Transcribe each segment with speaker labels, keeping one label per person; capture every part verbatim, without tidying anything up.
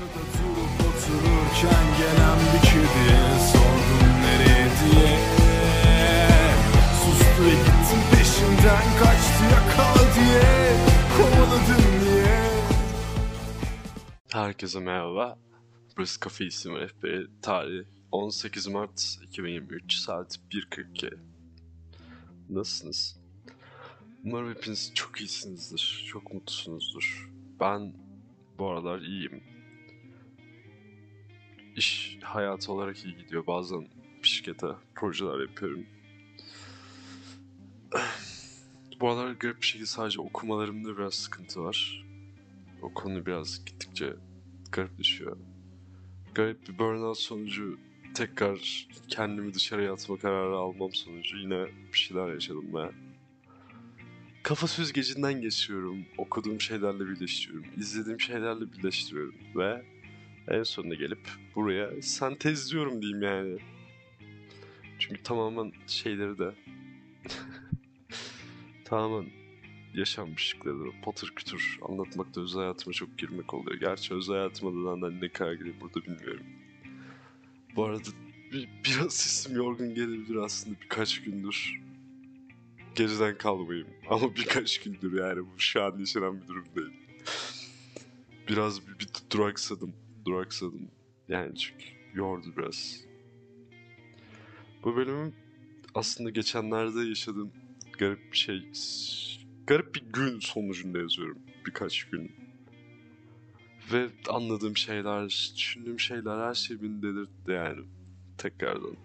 Speaker 1: Köşede durup otururken gelen bir kediye sordum nereye diye. Sustu ve gittim peşinden, kaçtı yakal diye, kovaladım diye.
Speaker 2: Herkese merhaba. Burası Kafe İsim Rehberi. Tarih on sekiz Mart iki bin yirmi üç, saat bir kırk iki. Nasılsınız? Umarım hepiniz çok iyisinizdir, çok mutlusunuzdur. Ben bu aralar iyiyim. İş hayatı olarak iyi gidiyor. Bazen şirkete projeler yapıyorum. Bu aralar garip bir şekilde sadece okumalarımda biraz sıkıntı var. O konu biraz gittikçe garipleşiyor. Garip bir burnout sonucu tekrar kendimi dışarıya atma kararı almam sonucu yine bir şeyler yaşadım ve kafa süzgecinden geçiyorum, okuduğum şeylerle birleştiriyorum, izlediğim şeylerle birleştiriyorum ve en sonunda gelip buraya sentezliyorum diyeyim yani. Çünkü tamamen şeyleri de tamamen yaşanmışlıkları patır kütür anlatmakta özel hayatıma çok girmek oluyor. Gerçi özel hayatıma da ne kadar gireyim burada bilmiyorum. Bu arada bir, biraz sesim yorgun gelebilir aslında birkaç gündür. Geriden kalmayayım ama birkaç gündür yani bu şu an yaşanan bir durum değil. Biraz bir, bir duraksadım, duraksadım. Yani çünkü yordu biraz. Bu bölümüm aslında geçenlerde yaşadığım garip bir şey, garip bir gün sonucunda yazıyorum. Birkaç gün. Ve anladığım şeyler, düşündüğüm şeyler, her şey beni delirtti yani. Tekrardan.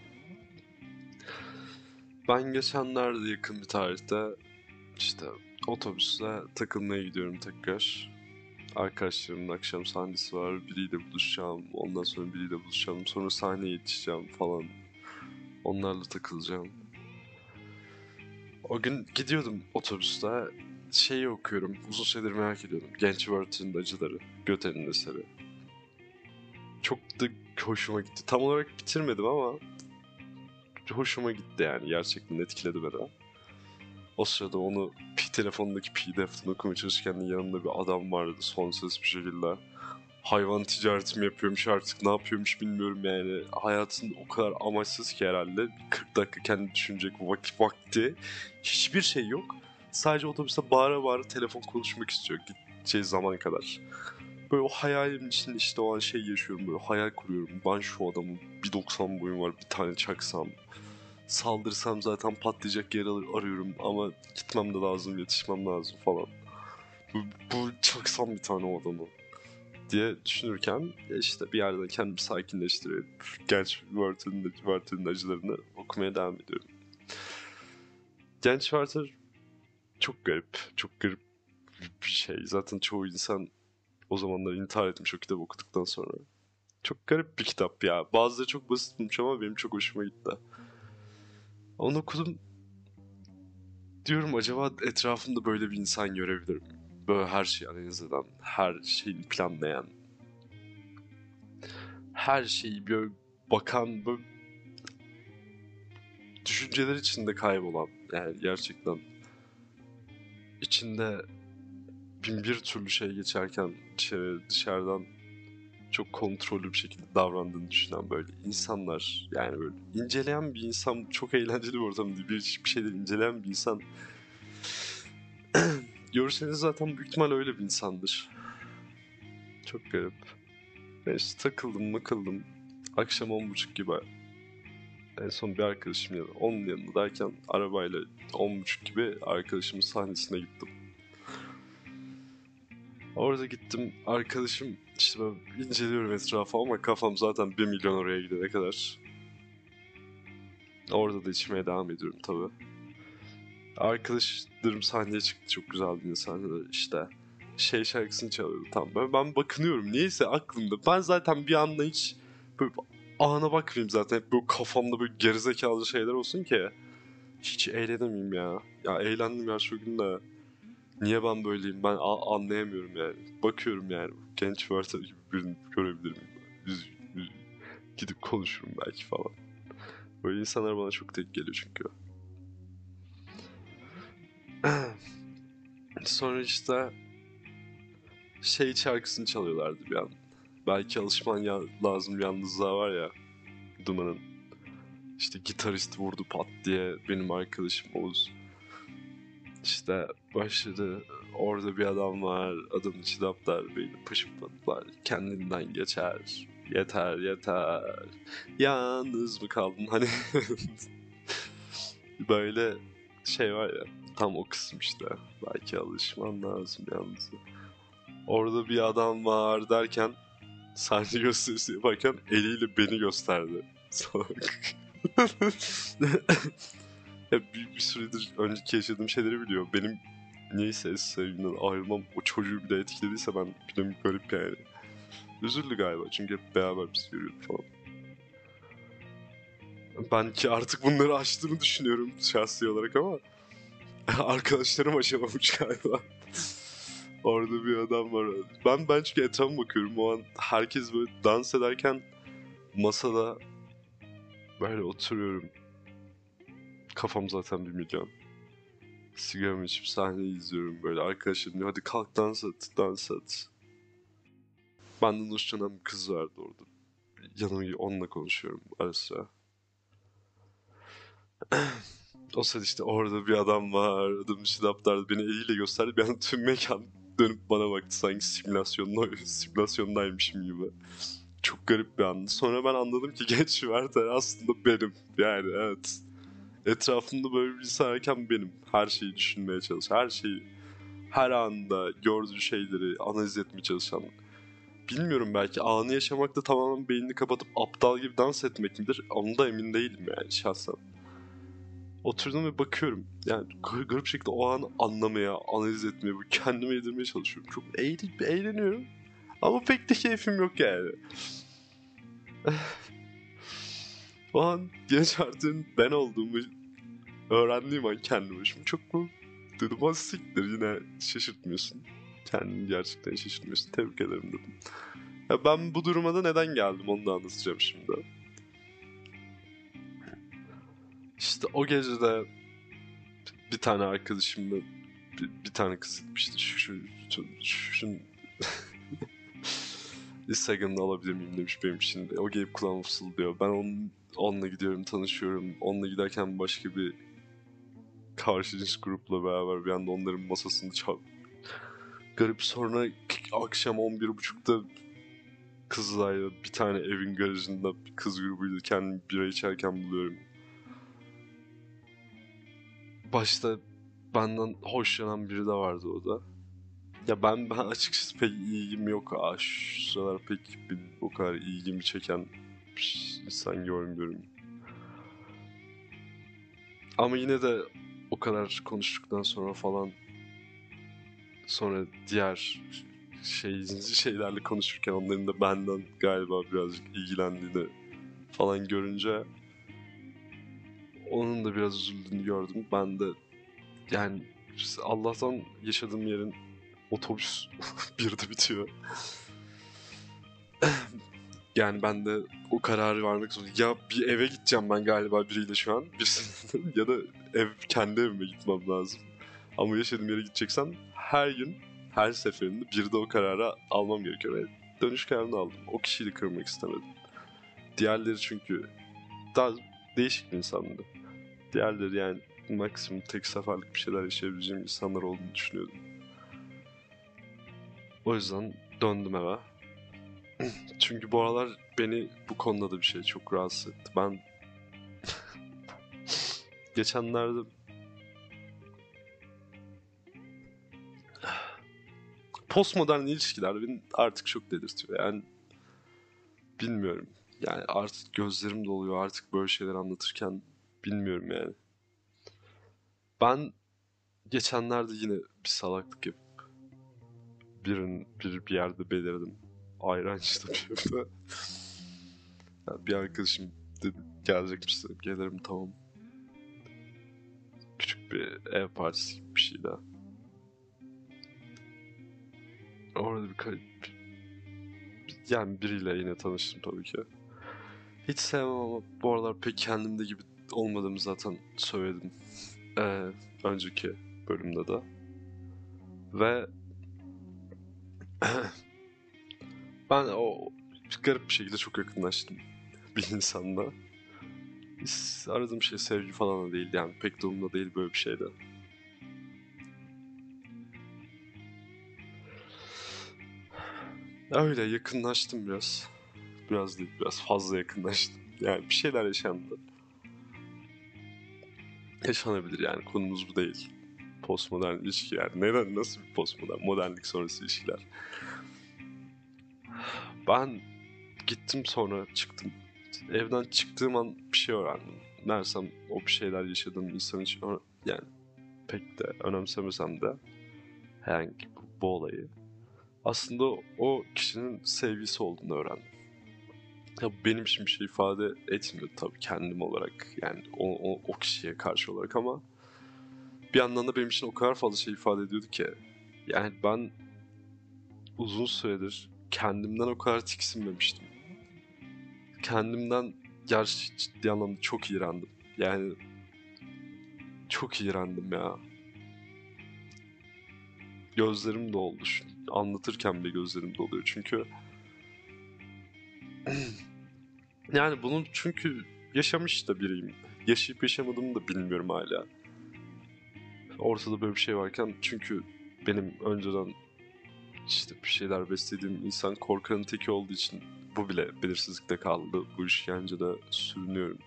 Speaker 2: Ben geçenlerde yakın bir tarihte işte otobüsle takılmaya gidiyorum tekrar. Arkadaşlarımın akşam sahnesi var, biriyle buluşacağım, ondan sonra biriyle buluşacağım, sonra sahneye yetişeceğim falan. Onlarla takılacağım. O gün gidiyordum otobüste, şeyi okuyorum, uzun süredir merak ediyordum. Genç Werther'in Acıları, Goethe'nin eseri. Çok da hoşuma gitti. Tam olarak bitirmedim ama hoşuma gitti yani, gerçekten etkiledi beni. O sırada onu telefondaki P D F'den okumaya çalışırken yanımda bir adam vardı son ses bir şekilde. Hayvan ticareti mi yapıyormuş artık ne yapıyormuş bilmiyorum yani. Hayatın o kadar amaçsız ki herhalde. kırk dakika kendi düşünecek vakit vakti. Hiçbir şey yok. Sadece otobüste bağıra bağıra telefon konuşmak istiyor gideceği zaman kadar. Böyle o hayalimin içinde işte o an şey yaşıyorum, böyle hayal kuruyorum. Ben şu adamın bir doksan boyum var, bir tane çaksam. Saldırsam zaten patlayacak yer arıyorum ama gitmem de lazım, yetişmem lazım falan. Bu, bu çaksam bir tane o adamı diye düşünürken işte bir yerden kendimi sakinleştirip Genç Werther'in Werther'in acılarını okumaya devam ediyorum. Genç Werther çok garip, çok garip bir şey. Zaten çoğu insan o zamanlar intihar etmiş o kitabı okuduktan sonra. Çok garip bir kitap ya. Bazıları çok basit bulmuş ama benim çok hoşuma gitti. Onu okudum. Diyorum acaba etrafımda böyle bir insan görebilirim. Böyle her şeyi analiz eden, her şeyi planlayan, her şeyi böyle bakan, böyle düşünceler içinde kaybolan, yani gerçekten içinde bin bir türlü şey geçerken dışarı, dışarıdan çok kontrollü bir şekilde davrandığını düşünen böyle insanlar, yani böyle inceleyen bir insan, çok eğlenceli bir ortam değil, bir, bir şeyleri inceleyen bir insan görseniz zaten büyük ihtimal öyle bir insandır. Çok garip. Neyse takıldım makıldım. Akşam on buçuk gibi en son bir arkadaşım yanında, onun yanında derken arabayla on buçuk gibi arkadaşımın sahnesine gittim. Orada gittim, arkadaşım işte ben inceliyorum etrafı ama kafam zaten bir milyon oraya gidene kadar. Orada da içmeye devam ediyorum tabii. Arkadaşlarım sahneye çıktı, çok güzel bir sahnede işte. Şey şarkısını çalıyordu tam böyle. Ben bakınıyorum niyeyse aklımda. Ben zaten bir anda hiç böyle ana bakmayayım zaten. Hep böyle kafamda böyle gerizekalı şeyler olsun ki. Hiç eğlenemeyeyim ya. Ya eğlendim ya şu gün de. Niye ben böyleyim ben a- anlayamıyorum yani. Bakıyorum yani genç Werther gibi birini görebilirim. Yüz, yüz, gidip konuşurum belki falan. Böyle insanlar bana çok tek geliyor çünkü. Sonra işte şey şarkısını çalıyorlardı bir an. belki alışman ya lazım yalnızlığa var ya Duman'ın. İşte gitarist vurdu pat diye benim arkadaşım Oğuz. İşte başladı, orada bir adam var, adamın içi daptar beyni pışıpladılar, kendinden geçer, yeter yeter, yalnız mı kaldın hani böyle şey var ya, tam o kısım işte, belki alışman lazım yalnız. Orada bir adam var derken, sahne gösterisi yaparken eliyle beni gösterdi. Salak. Ya bir, bir süredir önceki yaşadığım şeyleri biliyor. Benim neyse eski sevgimden ayrılmam o çocuğu bile etkilediyse ben bilmiyorum, garip yani. Üzüldü galiba çünkü hep beraber biz yürüyorduk falan. Ben ki artık bunları aştığımı düşünüyorum şahsi olarak ama arkadaşlarım aşamamış galiba. Orada bir adam var. Ben ben çünkü etrafıma bakıyorum. O an herkes böyle dans ederken masada böyle oturuyorum. Kafam zaten bir milyon. Sigaramı içip sahneyi izliyorum böyle. Arkadaşlarım diyor hadi kalk dans et, dans et. Benden hoşlanan bir kız vardı orada. Yanımda onunla konuşuyorum ara sıra. O sırada işte orada bir adam var. Adam bir şey daptardı. Beni eliyle gösterdi. Bir an tüm mekan dönüp bana baktı. Sanki simülasyonda, simülasyondaymışım gibi. Çok garip bir andı. Sonra ben anladım ki genç Werther aslında benim. Yani evet. Etrafımda böyle bir insan varken benim. Her şeyi düşünmeye çalışan, her şeyi, her anda gördüğü şeyleri analiz etmeye çalışan. Bilmiyorum, belki anı yaşamakta tamamen beynini kapatıp aptal gibi dans etmek midir? Onu da emin değilim yani şahsen. Oturdum ve bakıyorum. Yani garip şekilde o an anlamaya, analiz etmeye, kendime yedirmeye çalışıyorum. Çok eğlen eğleniyorum. Ama pek de keyfim yok yani. O an genç Arthur'ın ben olduğumu öğrendiğim an kendi başıma çok mu dedim, ha siktir, yine şaşırtmıyorsun. Kendini gerçekten şaşırtmıyorsun. Tebrik ederim dedim. Ya ben bu duruma da neden geldim onu da anlatacağım şimdi. İşte o gece de bir tane arkadaşımla bir, bir tane kız gitmişti. Şu, şu, şu, şu, şun... Instagram'da alabilir miyim demiş benim için de. O gelip kulağıma fısıldıyor. Ben onun, onunla gidiyorum, tanışıyorum. Onunla giderken başka bir karşı cins grupla beraber bir anda onların masasını çal... Garip, sonra akşam on bir buçukta kızlarla bir tane evin garajında bir kız grubuyla kendimi bira içerken buluyorum. Başta benden hoşlanan biri de vardı o da. Ya ben, ben açıkçası pek ilgim yok. Aa, şu sıralar pek bir, o kadar ilgimi çeken bir insan görmüyorum. Ama yine de o kadar konuştuktan sonra falan, sonra diğer şey şeylerle konuşurken onların da benden galiba birazcık ilgilendiğini falan görünce onun da biraz üzüldüğünü gördüm. Ben de yani Allah'tan yaşadığım yerin otobüs birde bitiyor. Yani ben de o kararı vermek zorundayım. Ya bir eve gideceğim ben galiba biriyle şu an. Bir ya da ev, kendi evime gitmem lazım. Ama yaşadığım yere gideceksem her gün, her seferinde bir de o kararı almam gerekiyor. Ve dönüş kararını aldım. O kişiyi de kırmak istemedim. Diğerleri çünkü daha değişik bir insandı. Diğerleri yani maksimum tek seferlik bir şeyler yaşayabileceğim insanlar olduğunu düşünüyordum. O yüzden döndüm eve. Çünkü bu aralar beni bu konuda da bir şey çok rahatsız etti. Ben geçenlerde postmodern ilişkiler beni artık çok delirtiyor. Yani bilmiyorum. Yani artık gözlerim doluyor artık böyle şeyler anlatırken, bilmiyorum yani. Ben geçenlerde yine bir salaklık yapıp birin, bir, bir yerde belirdim. Ayrancı'da bir yerde. Yani bir arkadaşım dedi gelecekmiş, dedim gelirim, tamam. Küçük bir ev partisi gibi bir şey daha. Orada bir kayıp, yani biriyle yine tanıştım tabii ki. Hiç sevmem ama bu aralar pek kendimde gibi olmadığımı zaten söyledim. Ee, önceki bölümde de. Ve Ben o garip bir şekilde çok yakınlaştım bir insanla. Biz aradığım şey sevgi falan da değil yani pek de umurumda değil böyle bir şeyde. Öyle yakınlaştım biraz. Biraz değil biraz fazla yakınlaştım. Yani bir şeyler yaşandı. Yaşanabilir yani konumuz bu değil. Postmodern ilişkiler. Neden nasıl bir postmodern? Modernlik sonrası ilişkiler. Ben gittim sonra çıktım. Evden çıktığım an bir şey öğrendim. Meğersem o bir şeyler yaşadığım insan için ö- yani pek de önemsemesem de herhangi bu, bu olayı. Aslında o kişinin sevgisi olduğunu öğrendim. Ya bu benim için bir şey ifade etmiyor tabii kendim olarak yani o, o, o kişiye karşı olarak ama bir yandan da benim için o kadar fazla şey ifade ediyordu ki yani ben uzun süredir kendimden o kadar tiksinmemiştim. Kendimden gerçi ciddi anlamda çok iğrendim. Yani çok iğrendim ya. Gözlerim doldu. Şu- Anlatırken bile gözlerim doluyor. Çünkü yani bunun çünkü yaşamış da biriyim. Yaşayıp yaşamadığımı da bilmiyorum hala. Ortada böyle bir şey varken çünkü benim önceden işte bir şeyler beslediğim insan korkanın teki olduğu için bu bile belirsizlikte kaldı. Bu işkencede sürünüyorum.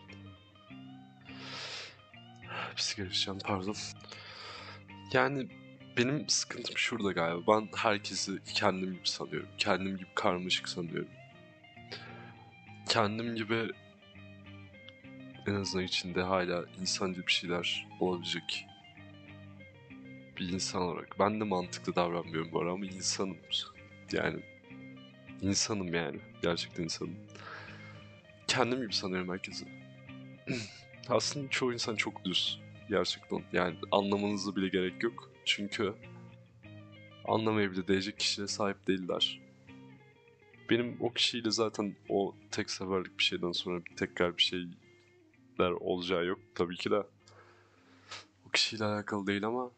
Speaker 2: Bir sigara içeceğim pardon. Yani benim sıkıntım şurada galiba. Ben herkesi kendim gibi sanıyorum. Kendim gibi karmaşık sanıyorum. Kendim gibi en azından içinde hala insancı bir şeyler olabilecek bir insan olarak. Ben de mantıklı davranmıyorum bu arada ama insanım. Yani insanım yani. Gerçekten insanım. Kendim gibi sanıyorum herkesi. Aslında çoğu insan çok düz. Gerçekten. Yani anlamanıza bile gerek yok. Çünkü anlamaya bile değecek kişiye sahip değiller. Benim o kişiyle zaten o tek seferlik bir şeyden sonra tekrar bir şeyler olacağı yok tabii ki de. O kişiyle alakalı değil ama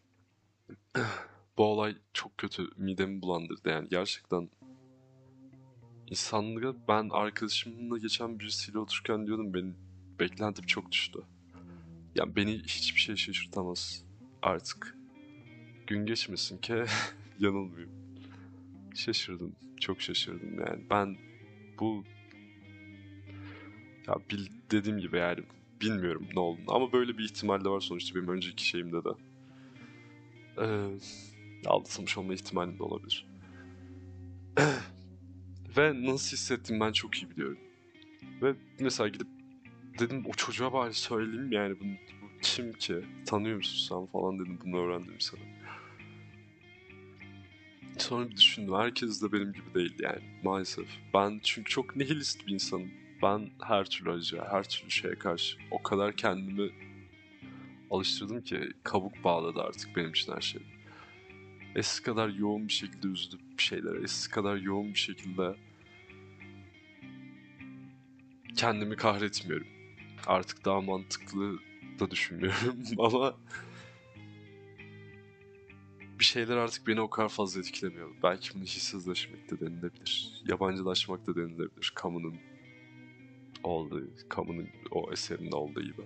Speaker 2: bu olay çok kötü midemi bulandırdı yani gerçekten. İnsanlığa ben arkadaşımla geçen birisiyle otururken diyordum benim beklentim çok düştü. Yani beni hiçbir şey şaşırtamaz artık. Gün geçmesin ki yanılmayayım. Şaşırdım. Çok şaşırdım yani. Ben bu ya bil, dediğim gibi yani bilmiyorum ne olduğunu ama böyle bir ihtimal de var sonuçta benim önceki şeyimde de. Ee, Aldatılmış olma ihtimali de olabilir. Ve nasıl hissettim ben çok iyi biliyorum. Ve mesela gidip dedim o çocuğa bari söyleyeyim yani bunu, bu kim ki? Tanıyor musun sen falan dedim bunu öğrendim sana. Sonra bir düşündüm herkes de benim gibi değil yani maalesef. Ben çünkü çok nihilist bir insanım. Ben her türlü acıya, her türlü şeye karşı o kadar kendimi alıştırdım ki kabuk bağladı artık benim için her şey. Eskisi kadar yoğun bir şekilde üzdüm bir şeylere, eskisi kadar yoğun bir şekilde kendimi kahretmiyorum. Artık daha mantıklı da düşünmüyorum ama bir şeyler artık beni o kadar fazla etkilemiyor. Belki bunu hissizleşmek de denilebilir. Yabancılaşmak da denilebilir. Kamunun olduğu, kamunun o eserinde olduğu gibi.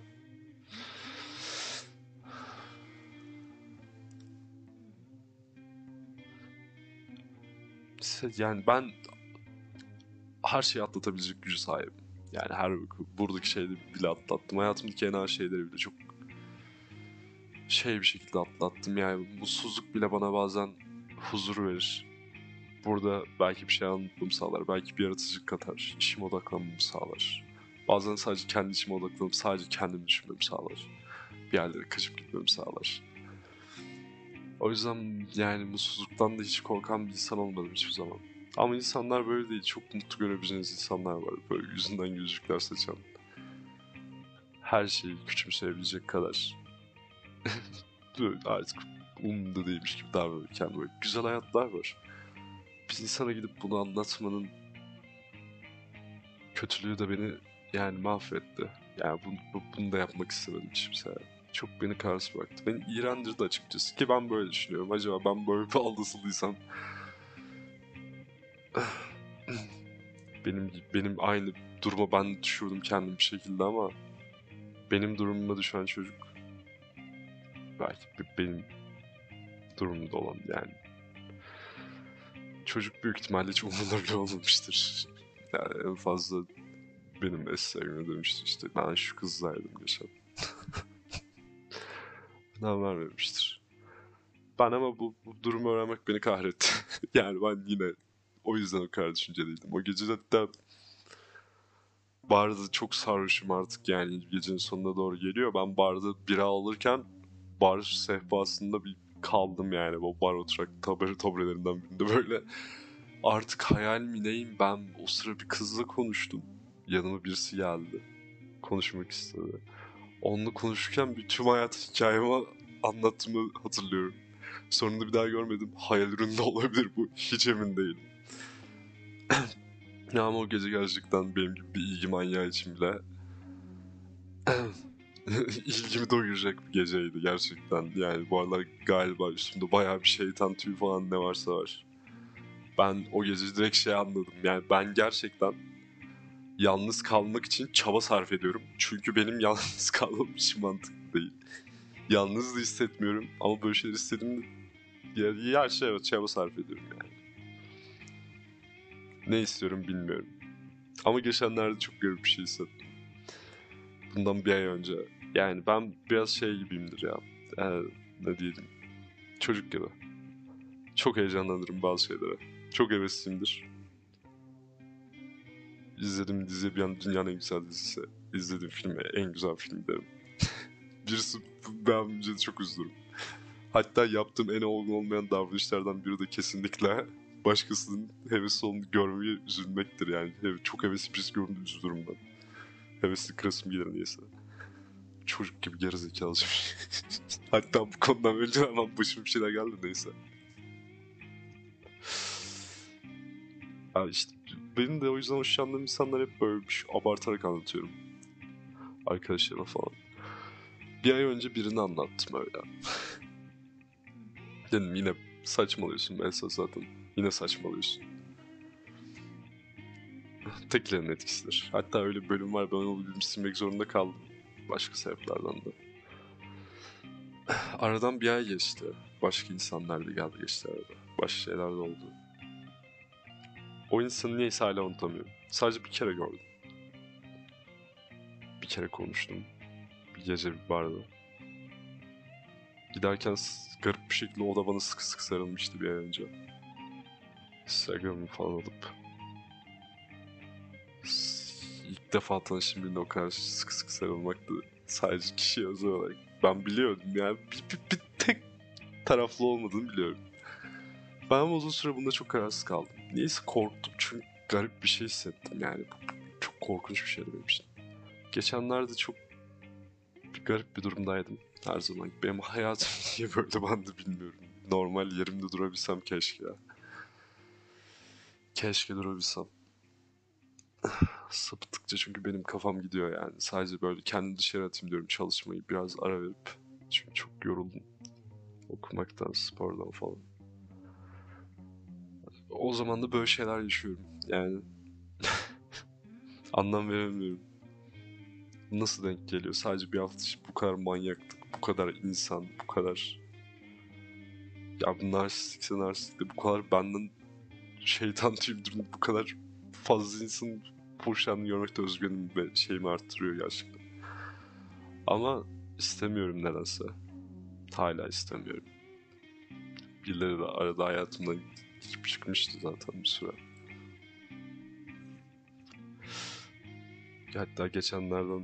Speaker 2: Yani ben her şeyi atlatabilecek gücü sahibim. Yani her buradaki şeyleri bile atlattım. Hayatımdaki en ağır şeyleri bile çok şey bir şekilde atlattım. Yani mutsuzluk bile bana bazen huzur verir. Burada belki bir şey anlatmamı sağlar. Belki bir yaratıcılık katar. İşime odaklanmamı sağlar. Bazen sadece kendi işime odaklanıp sadece kendimi düşünmemi sağlar. Bir yerlere kaçıp gitmemi sağlar. O yüzden yani mutsuzluktan da hiç korkan bir insan olmadım hiçbir zaman. Ama insanlar böyle değil. Çok mutlu görebileceğiniz insanlar var. Böyle yüzünden gülücükler saçan. Her şeyi küçümseyebilecek kadar. Böyle artık umurumda değilmiş gibi davranırken böyle güzel hayatlar var. Bir insana gidip bunu anlatmanın kötülüğü de beni yani mahvetti. Yani bunu, bu- bunu da yapmak istemedim hiç kimseye. Çok beni kararsız bıraktı. Beni iğrendirdi açıkçası ki ben böyle düşünüyorum. Acaba ben böyle bir aldatıldıysam benim benim aynı duruma ben düşürdüm kendim bir şekilde ama benim durumuma düşen çocuk belki be- benim durumumda olan yani çocuk büyük ihtimalle hiç umurunda bile olmamıştır. Yani en fazla benim eserime demişti işte ben şu kızlaydım geçen. Ne vermemiştir. Ben ama bu, bu durumu öğrenmek beni kahretti. Yani ben yine o yüzden o kadar düşünceliydim. O gece hatta barda çok sarhoşum artık yani gecenin sonuna doğru geliyor. Ben barda bira alırken bar sehpasında bir kaldım yani. O bar oturak tabure taburelerinden birinde böyle. Artık hayal mi neyim ben o sıra bir kızla konuştum. Yanıma birisi geldi. Konuşmak istedi. Onunla konuşurken bir tüm hayat hikayemi anlattığımı hatırlıyorum. Sonunda bir daha görmedim. Hayal üründe olabilir bu. Hiç emin değilim. Ya ama o gece gerçekten benim gibi bir ilgi manyağı için bile ilgimi doyuracak bir geceydi gerçekten. Yani bu aralar galiba üstümde bayağı bir şeytan tüyü falan ne varsa var. Ben o gece direkt şey anladım. Yani ben gerçekten yalnız kalmak için çaba sarf ediyorum. Çünkü benim yalnız kalmam hiç mantıklı değil. Yalnız da hissetmiyorum ama böyle şeyler istediğimde ya, her şey evet çaba sarf ediyorum yani. Ne istiyorum bilmiyorum. Ama geçenlerde çok garip bir şey hissettim. Bundan bir ay önce. Yani ben biraz şey gibiyimdir ya. Ee, ne diyelim. Çocuk gibi. Çok heyecanlanırım bazı şeylere. Çok hevesliyimdir. İzlediğim dizi bir an dünyanın en güzel dizisi. İzlediğim film en güzel film derim. Birisi beğenmeyince de çok üzülürüm. Hatta yaptığım en olgun olmayan davranışlardan biri de kesinlikle başkasının hevesli olduğunu görmeyi üzülmektir yani. Çok hevesli birisi gördüğümde üzülürüm ben. Hevesli kırasım gelir niyeyse. Çocuk gibi gerizekalı. Hatta bu konudan önce hemen başıma bir şeyler geldi neyse. Ya işte benim de o yüzden hoşlandığım insanlar hep böyle bir şey abartarak anlatıyorum. Arkadaşlarıma falan. Bir ay önce birini anlattım öyle. Dedim yine saçmalıyorsun Melisa zaten. Yine saçmalıyorsun. Tekilerin etkisidir. Hatta öyle bir bölüm var ben onu bölüm silmek zorunda kaldım. Başka sebeplerden de. Aradan bir ay geçti. Başka insanlar da geldi geçti arada. Başka şeyler de oldu. O insanı niyeyse hala unutamıyorum. Sadece bir kere gördüm. Bir kere konuştum. Bir gece bir barda. Giderken garip bir şekilde o da bana sıkı sıkı sarılmıştı bir ay önce. Instagram'ı falan alıp. İlk defa tanıştığım birine o kadar sıkı sıkı sarılmaktı. Sadece kişiye özel olarak. Ben biliyordum yani bir, bir, bir tek taraflı olmadığını biliyorum. Ben ama uzun süre bunda çok kararsız kaldım. Niyeyse korktum çünkü garip bir şey hissettim yani. Çok korkunç bir şeydi benim için. Geçenlerde çok bir garip bir durumdaydım. Her zaman. Benim hayatım niye böyle ben de bilmiyorum. Normal yerimde durabilsem keşke ya. Keşke durabilsem. Sapıttıkça çünkü benim kafam gidiyor yani. Sadece böyle kendimi dışarı atayım diyorum çalışmayı. Biraz ara verip. Çünkü çok yoruldum. Okumaktan, spordan falan. O zaman da böyle şeyler yaşıyorum. Yani anlam veremiyorum. Nasıl denk geliyor? Sadece bir hafta için bu kadar manyaklık, bu kadar insan, bu kadar... Ya bu narsistikse narsistik de bu kadar benden şeytan tüyümdür, bu kadar fazla insan hoşlandığını görmek de özgüvenim ve şeyimi arttırıyor gerçekten. Ama istemiyorum nedense. Hala istemiyorum. Birileri de arada hayatımdan çıkmıştı zaten bir süre. Hatta geçenlerden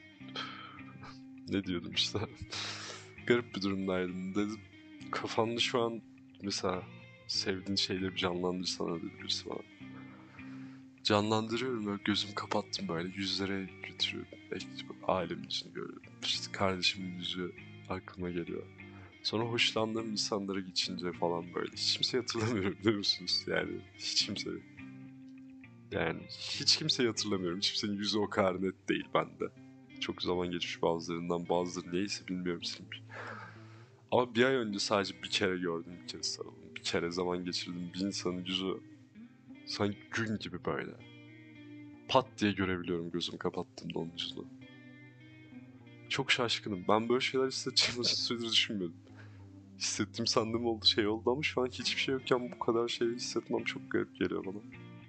Speaker 2: ne diyordum işte. Garip bir durumdaydım dedim. Kafamda şu an mesela sevdiğin şeyleri bir canlandırsana dedi birisi bana. Canlandırıyorum böyle gözümü kapattım böyle yüzlere götürüyorum. Ailemin içini görüyorum. İşte kardeşimin yüzü aklıma geliyor. Sonra hoşlandığım insanlara geçince falan böyle. Hiç kimseyi hatırlamıyorum biliyor musunuz? Yani hiç kimseyi. Yani hiç kimseyi hatırlamıyorum. Hiç kimsenin yüzü o kadar net değil bende. Çok zaman geçmiş bazılarından bazıları neyse bilmiyorum silmiş. Ama bir ay önce sadece bir kere gördüm, bir kere sarıldım. Bir kere zaman geçirdim. Bir insanın yüzü Sanki gün gibi böyle. Pat diye görebiliyorum gözüm kapattığımda onun yüzünü. Çok şaşkınım. Ben böyle şeyler hissedeceğimi uzun süredir düşünmüyordum. Hissettiğim sandığım oldu şey oldu ama şu an hiçbir şey yokken bu kadar şey hissetmem çok garip geliyor bana.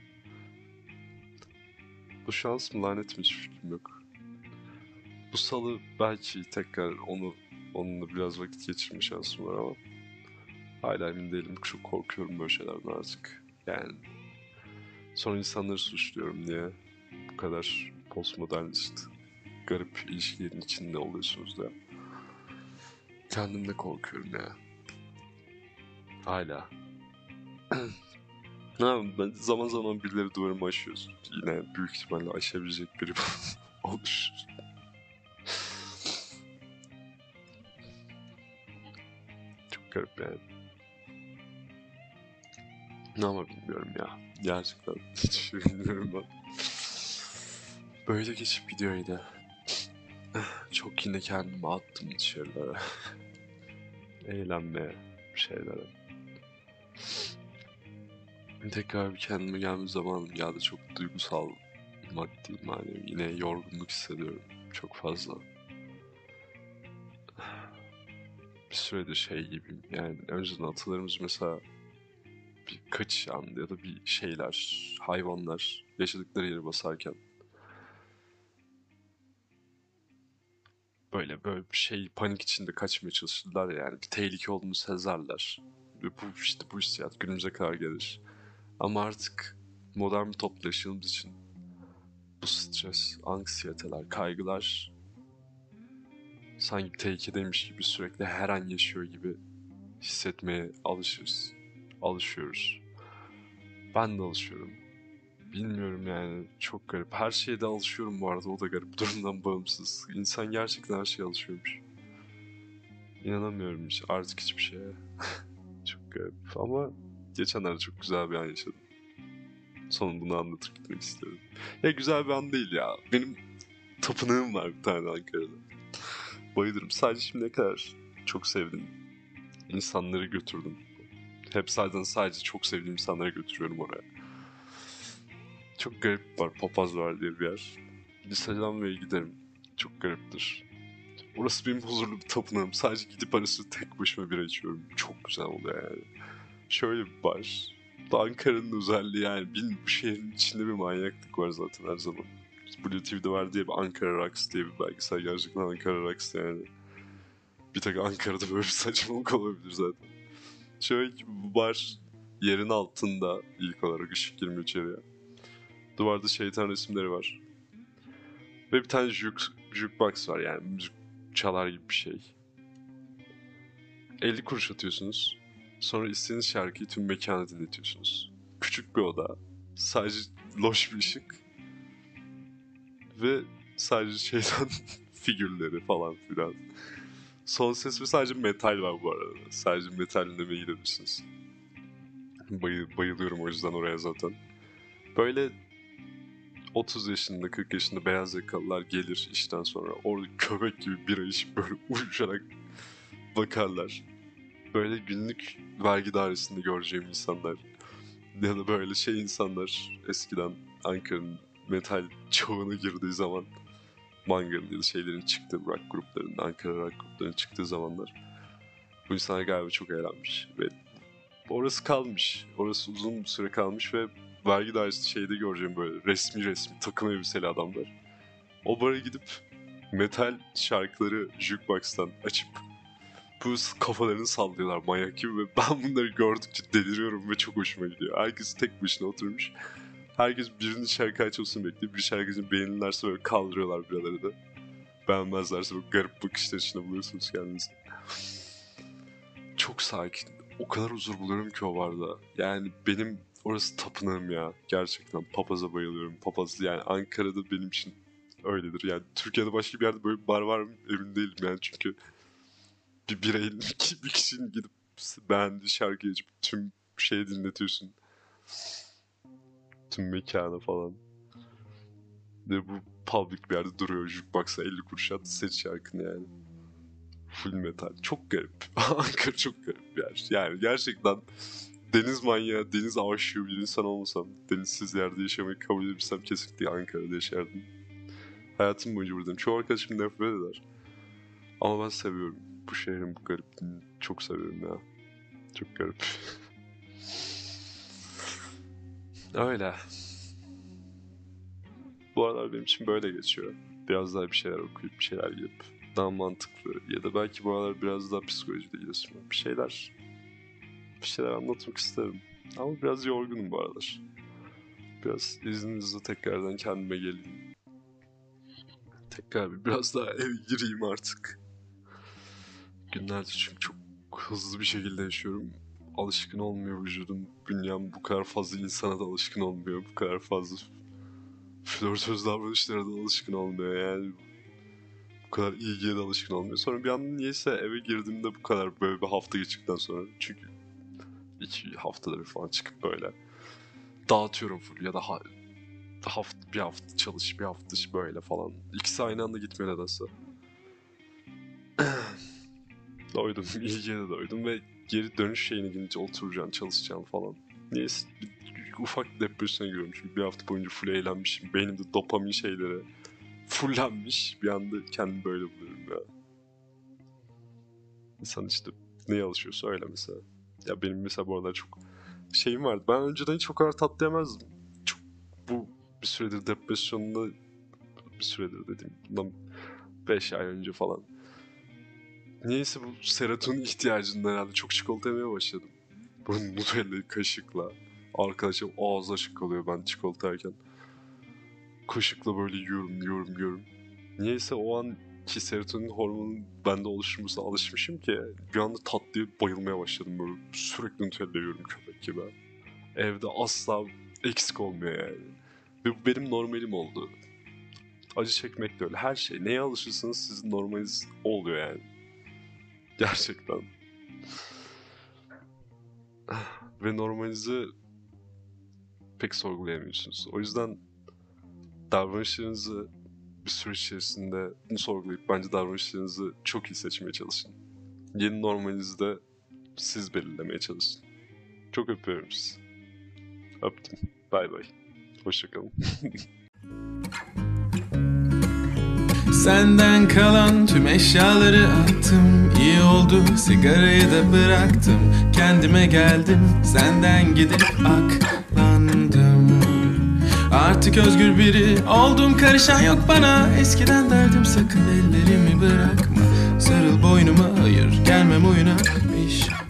Speaker 2: Bu şans mı lanet mi hiç fikrim yok. Bu salı belki tekrar onu onunla biraz vakit geçirme şansım var ama hala emin değilim. Çok korkuyorum böyle şeylerden artık. Yani sonra insanları suçluyorum diye bu kadar postmodernist garip ilişkilerin içinde oluyorsunuz da. Kendimde korkuyorum ya. Hala. Ha, ben zaman zaman birileri duvarımı aşıyor. Yine büyük ihtimalle aşabilecek biri olur. Çok garip yani. Ne ama bilmiyorum ya. Gerçekten hiç şey bilmiyorum ben. Böyle geçip gidiyor yine. Çok yine kendimi attım dışarılara. Eğlenmeye, bir şeylere. Tekrar bir kendime gelme zamanım geldi. Çok duygusal, maddi, manevi. Yine yorgunluk hissediyorum çok fazla. Bir süredir şey gibiyim. Yani önceden atalarımız mesela bir kaçış anında ya da bir şeyler, hayvanlar yaşadıkları yere basarken böyle böyle bir şey panik içinde kaçmaya çalışırlar ya, yani bir tehlike olduğunu sezerler. Ve bu işte bu hissiyat günümüze kadar gelir. Ama artık modern bir toplumda yaşadığımız için bu stres, anksiyeteler, kaygılar sanki tehlikedeymiş gibi sürekli her an yaşıyor gibi hissetmeye alışırız. Alışıyoruz. Ben de alışıyorum. Bilmiyorum yani, çok garip. Her şeye de alışıyorum bu arada, o da garip, durumdan bağımsız. İnsan gerçekten her şeye alışıyormuş. İnanamıyorum hiç, artık hiçbir şeye. Çok garip ama geçenlerde çok güzel bir an yaşadım. Sonra bunu anlatıp gitmek istiyorum. Ya güzel bir an değil ya. Benim tapınağım var bir tane Ankara'da. Bayılırım. Sadece şimdiye kadar çok sevdim. İnsanları götürdüm. Hep zaten sadece çok sevdiğim insanları götürüyorum oraya. Çok garip var. Papaz var diye bir yer. Bir selam ve giderim. Çok gariptir. Orası benim huzurlu bir tapınağım. Sadece gidip arası tek başıma bira içiyorum. Çok güzel oluyor yani. Şöyle bir bar. Bu da Ankara'nın özelliği yani. Bilmiyorum, bu şehrin içinde bir manyaklık var zaten her zaman. Blue T V'de var diye bir Ankara Rocks diye bir belgesel. Gerçekten Ankara Rocks yani. Bir tek Ankara'da böyle bir saçmalık olabilir zaten. Şöyle ki bu bar yerin altında ilk olarak ışık girmiyor içeriye. Duvarda şeytan resimleri var. Ve bir tane juk, jukebox var yani müzik çalar gibi bir şey. elli kuruş atıyorsunuz. Sonra istediğiniz şarkıyı tüm mekana dinletiyorsunuz. Küçük bir oda. Sadece loş bir ışık. Ve sadece şeytan figürleri falan filan. Son ses ve sadece metal var bu arada. Sadece metal dinlemeye gidebilirsiniz. Bayı, bayılıyorum o yüzden oraya zaten. Böyle otuz yaşında, kırk yaşında beyaz yakalılar gelir işten sonra. Orada köpek gibi bira içip böyle uyuşarak bakarlar. Böyle günlük vergi dairesinde göreceğim insanlar. Ya da böyle şey insanlar, eskiden Ankara'nın metal çağına girdiği zaman, Manga'nın ya da şeylerin çıktığı, rock gruplarının, Ankara rock gruplarının çıktığı zamanlar. Bu insanlar galiba çok eğlenmiş ve orası kalmış. Orası uzun bir süre kalmış ve vergi dairesi şeyde göreceğim böyle resmi resmi takım elbiseli adamlar. O bara gidip metal şarkıları jukebox'tan açıp bu kafalarını sallıyorlar manyak gibi ve ben bunları gördükçe deliriyorum ve çok hoşuma gidiyor. Herkes tek başına oturmuş. Herkes birinin şarkı açmasını bekliyor. Bir şarkısını beğenirlerse böyle kaldırıyorlar biraları da. Beğenmezlerse böyle garip bakışlar içinde buluyorsunuz kendinizi. Çok sakin. O kadar huzur buluyorum ki o barda. Yani benim orası tapınağım ya. Gerçekten papaza bayılıyorum. Papaz yani Ankara'da benim için öyledir. Yani Türkiye'de başka bir yerde böyle bir bar var mı emin değilim yani, çünkü bir bireyin, bir kişinin gidip beğendiği şarkıyı açıp tüm şeyi dinletiyorsun. Tüm mekana falan. Ve bu public bir yerde duruyor. Jukebox'a elli kuruş at, seç şarkını yani. Full metal. Çok garip. Ankara çok garip bir yer. Yani gerçekten deniz manyağı, deniz aşığı bir insan olmasam, denizsiz yerde yaşamayı kabul edebilsem kesinlikle Ankara'da yaşardım. Hayatım boyunca buradayım. Çoğu arkadaşım nefret eder. Ama ben seviyorum. Bu şehrin bu garipliğini çok seviyorum ya. Çok garip. Öyle. Bu aralar benim için böyle geçiyor. Biraz daha bir şeyler okuyup bir şeyler yapıp daha mantıklı ya da belki bu aralar biraz daha psikolojide iyileşme. Bir şeyler bir şeyler anlatmak isterim. Ama biraz yorgunum bu aralar. Biraz izninizle tekrardan kendime geleyim. Tekrar bir biraz daha eve gireyim artık. Günlerdir çünkü çok hızlı bir şekilde yaşıyorum. Alışkın olmuyor vücudum. Bünyem bu kadar fazla insana da alışkın olmuyor. Bu kadar fazla flörtöz davranışlara da alışkın olmuyor yani. Bu kadar ilgiye de alışkın olmuyor. Sonra bir anda niyeyse eve girdiğimde bu kadar böyle bir hafta geçtikten sonra. Çünkü iki haftada bir falan çıkıp böyle dağıtıyorum full ya da ha, hafta, bir hafta çalış bir hafta böyle falan. İkisi aynı anda gitmiyor nedense. Doydum, ilgiye de doydum ve geri dönüş şeyine gidince oturacağım, çalışacağım falan. Neyse bir, bir ufak depresyona giriyorum çünkü bir hafta boyunca full eğlenmişim. Beynimde dopamin şeyleri fullenmiş. Bir anda kendimi böyle buluyorum ya. İnsan işte neye alışıyorsa öyle mesela. Ya benim mesela bu aralar çok şeyim vardı. Ben önceden hiç o kadar tatlı yemezdim. Çok bu bir süredir depresyonda bir süredir dediğim bundan beş ay önce falan. Niyeyse bu serotonin ihtiyacından herhalde çok çikolata yemeye başladım. Böyle Nutella kaşıkla. Arkadaşım ağzı açık kalıyor ben çikolata yerken. Kaşıkla böyle yiyorum yiyorum yiyorum. Niyeyse o anki serotonin hormonunun bende oluşturmasına alışmışım ki bir anda tatlıya bayılmaya başladım böyle. Sürekli Nutella yiyorum köpek gibi. Evde asla eksik olmuyor yani. Ve bu benim normalim oldu. Acı çekmek de öyle. Her şey. Neye alışırsanız sizin normaliniz oluyor yani. Gerçekten. Ve normalinizi pek sorgulayamıyorsunuz. O yüzden davranışlarınızı bir süreç içerisinde bunu sorgulayıp bence davranışlarınızı çok iyi seçmeye çalışın. Yeni normalinizi de siz belirlemeye çalışın. Çok öpüyorum sizi. Öptüm. Bay bay. Hoşçakalın.
Speaker 1: Senden kalan tüm eşyaları attım. İyi oldu sigarayı da bıraktım. Kendime geldim senden gidip aklandım. Artık özgür biri oldum, karışan yok bana. Eskiden derdim sakın ellerimi bırakma. Sarıl boynuma, hayır gelmem oyuna. Piş